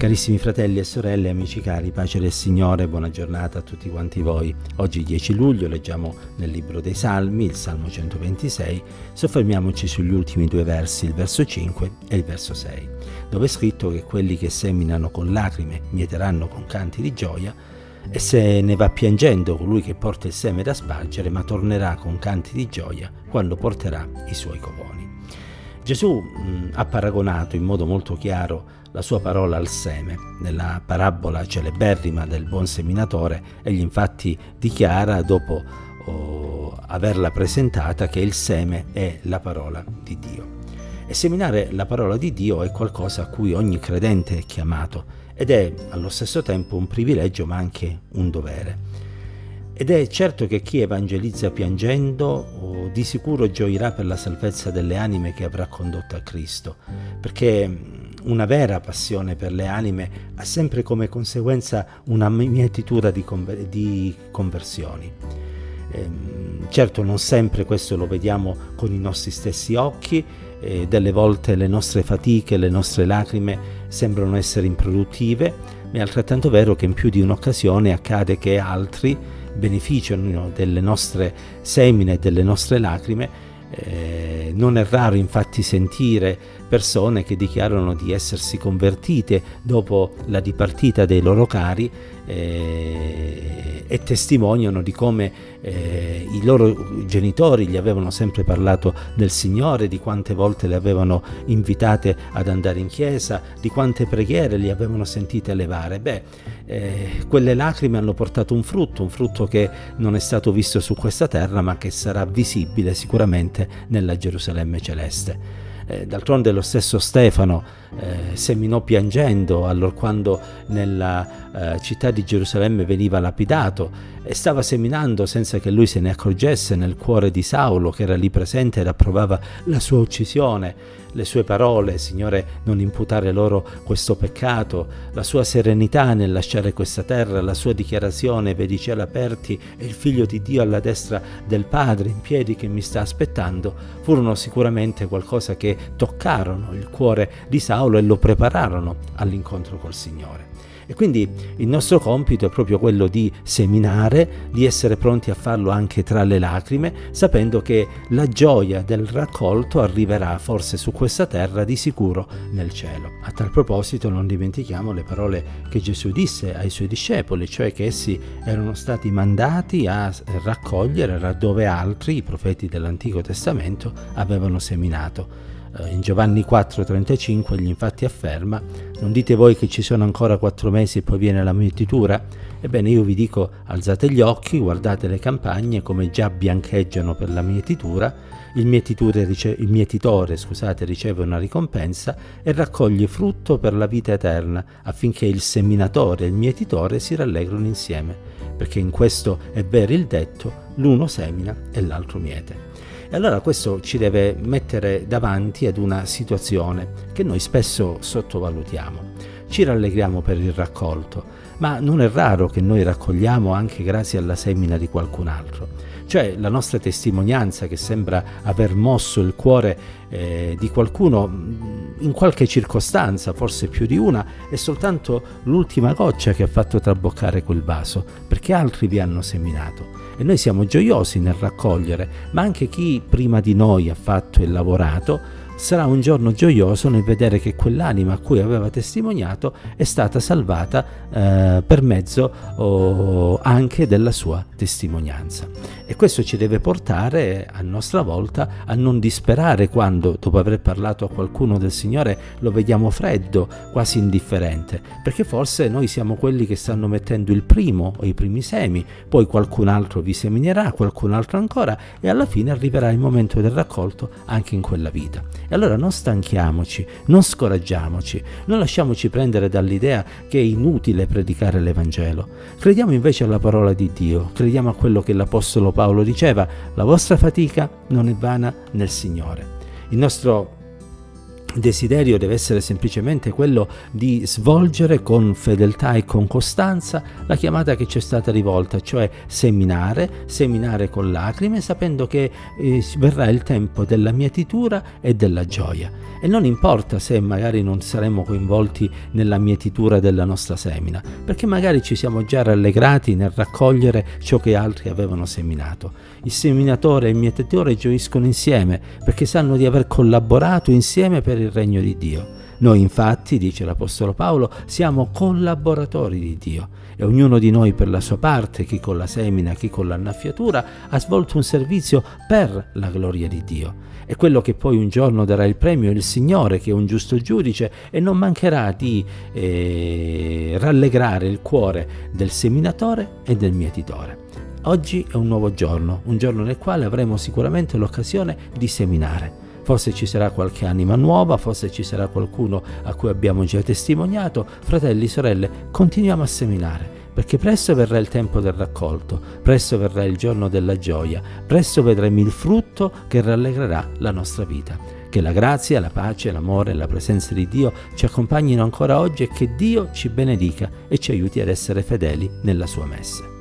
Carissimi fratelli e sorelle, amici cari, pace del Signore, buona giornata a tutti quanti voi. Oggi 10 luglio leggiamo nel libro dei Salmi, il Salmo 126, soffermiamoci sugli ultimi due versi, il verso 5 e il verso 6, dove è scritto che quelli che seminano con lacrime mieteranno con canti di gioia, e se ne va piangendo colui che porta il seme da spargere, ma tornerà con canti di gioia quando porterà i suoi covoni. Gesù ha paragonato in modo molto chiaro la sua parola al seme. Nella parabola celeberrima del buon seminatore, egli infatti dichiara, dopo averla presentata, che il seme è la parola di Dio. E seminare la parola di Dio è qualcosa a cui ogni credente è chiamato, ed è allo stesso tempo un privilegio ma anche un dovere. Ed è certo che chi evangelizza piangendo di sicuro gioirà per la salvezza delle anime che avrà condotto a Cristo, perché una vera passione per le anime ha sempre come conseguenza una mietitura di conversioni. Certo, non sempre questo lo vediamo con i nostri stessi occhi, delle volte le nostre fatiche, le nostre lacrime sembrano essere improduttive, ma è altrettanto vero che in più di un'occasione accade che altri beneficiano delle nostre semine e delle nostre lacrime. Non è raro infatti sentire persone che dichiarano di essersi convertite dopo la dipartita dei loro cari e testimoniano di come i loro genitori gli avevano sempre parlato del Signore, di quante volte le avevano invitate ad andare in chiesa, di quante preghiere li avevano sentite elevare. Quelle lacrime hanno portato un frutto che non è stato visto su questa terra, ma che sarà visibile sicuramente nella Gerusalemme celeste. D'altronde lo stesso Stefano seminò piangendo allorquando nella città di Gerusalemme veniva lapidato, e stava seminando senza che lui se ne accorgesse nel cuore di Saulo, che era lì presente ed approvava la sua uccisione. Le sue parole: Signore, non imputare loro questo peccato, la sua serenità nel lasciare questa terra, la sua dichiarazione: vedi i cieli aperti e il Figlio di Dio alla destra del Padre in piedi che mi sta aspettando, furono sicuramente qualcosa che toccarono il cuore di Saulo e lo prepararono all'incontro col Signore. E quindi il nostro compito è proprio quello di seminare, di essere pronti a farlo anche tra le lacrime, sapendo che la gioia del raccolto arriverà forse su questa terra, di sicuro nel cielo. A tal proposito non dimentichiamo le parole che Gesù disse ai suoi discepoli, cioè che essi erano stati mandati a raccogliere laddove altri, i profeti dell'Antico Testamento, avevano seminato. In Giovanni 4,35 egli infatti afferma: non dite voi che ci sono ancora 4 mesi e poi viene la mietitura? Ebbene, io vi dico, alzate gli occhi, guardate le campagne come già biancheggiano per la mietitura. Il mietitore riceve una ricompensa e raccoglie frutto per la vita eterna, affinché il seminatore e il mietitore si rallegrino insieme, perché in questo è vero il detto: l'uno semina e l'altro miete. E allora questo ci deve mettere davanti ad una situazione che noi spesso sottovalutiamo. Ci rallegriamo per il raccolto, ma non è raro che noi raccogliamo anche grazie alla semina di qualcun altro. Cioè la nostra testimonianza, che sembra aver mosso il cuore di qualcuno in qualche circostanza, forse più di una, è soltanto l'ultima goccia che ha fatto traboccare quel vaso, perché altri vi hanno seminato. E noi siamo gioiosi nel raccogliere, ma anche chi prima di noi ha fatto e lavorato sarà un giorno gioioso nel vedere che quell'anima a cui aveva testimoniato è stata salvata per mezzo anche della sua testimonianza. E questo ci deve portare a nostra volta a non disperare quando, dopo aver parlato a qualcuno del Signore, lo vediamo freddo, quasi indifferente, perché forse noi siamo quelli che stanno mettendo il primo o i primi semi, poi qualcun altro vi seminerà, qualcun altro ancora, e alla fine arriverà il momento del raccolto anche in quella vita. E allora non stanchiamoci, non scoraggiamoci, non lasciamoci prendere dall'idea che è inutile predicare l'Evangelo. Crediamo invece alla parola di Dio, crediamo a quello che l'Apostolo Paolo diceva: la vostra fatica non è vana nel Signore. Il nostro desiderio deve essere semplicemente quello di svolgere con fedeltà e con costanza la chiamata che ci è stata rivolta, cioè seminare con lacrime, sapendo che verrà il tempo della mietitura e della gioia. E non importa se magari non saremo coinvolti nella mietitura della nostra semina, perché magari ci siamo già rallegrati nel raccogliere ciò che altri avevano seminato. Il seminatore e il mietatore gioiscono insieme perché sanno di aver collaborato insieme per il regno di Dio. Noi infatti, dice l'Apostolo Paolo, siamo collaboratori di Dio e ognuno di noi per la sua parte, chi con la semina, chi con l'annaffiatura, ha svolto un servizio per la gloria di Dio. E quello che poi un giorno darà il premio è il Signore, che è un giusto giudice e non mancherà di rallegrare il cuore del seminatore e del mietitore. Oggi è un nuovo giorno, un giorno nel quale avremo sicuramente l'occasione di seminare. Forse ci sarà qualche anima nuova, forse ci sarà qualcuno a cui abbiamo già testimoniato. Fratelli, sorelle, continuiamo a seminare, perché presto verrà il tempo del raccolto, presto verrà il giorno della gioia, presto vedremo il frutto che rallegrerà la nostra vita. Che la grazia, la pace, l'amore e la presenza di Dio ci accompagnino ancora oggi e che Dio ci benedica e ci aiuti ad essere fedeli nella sua messe.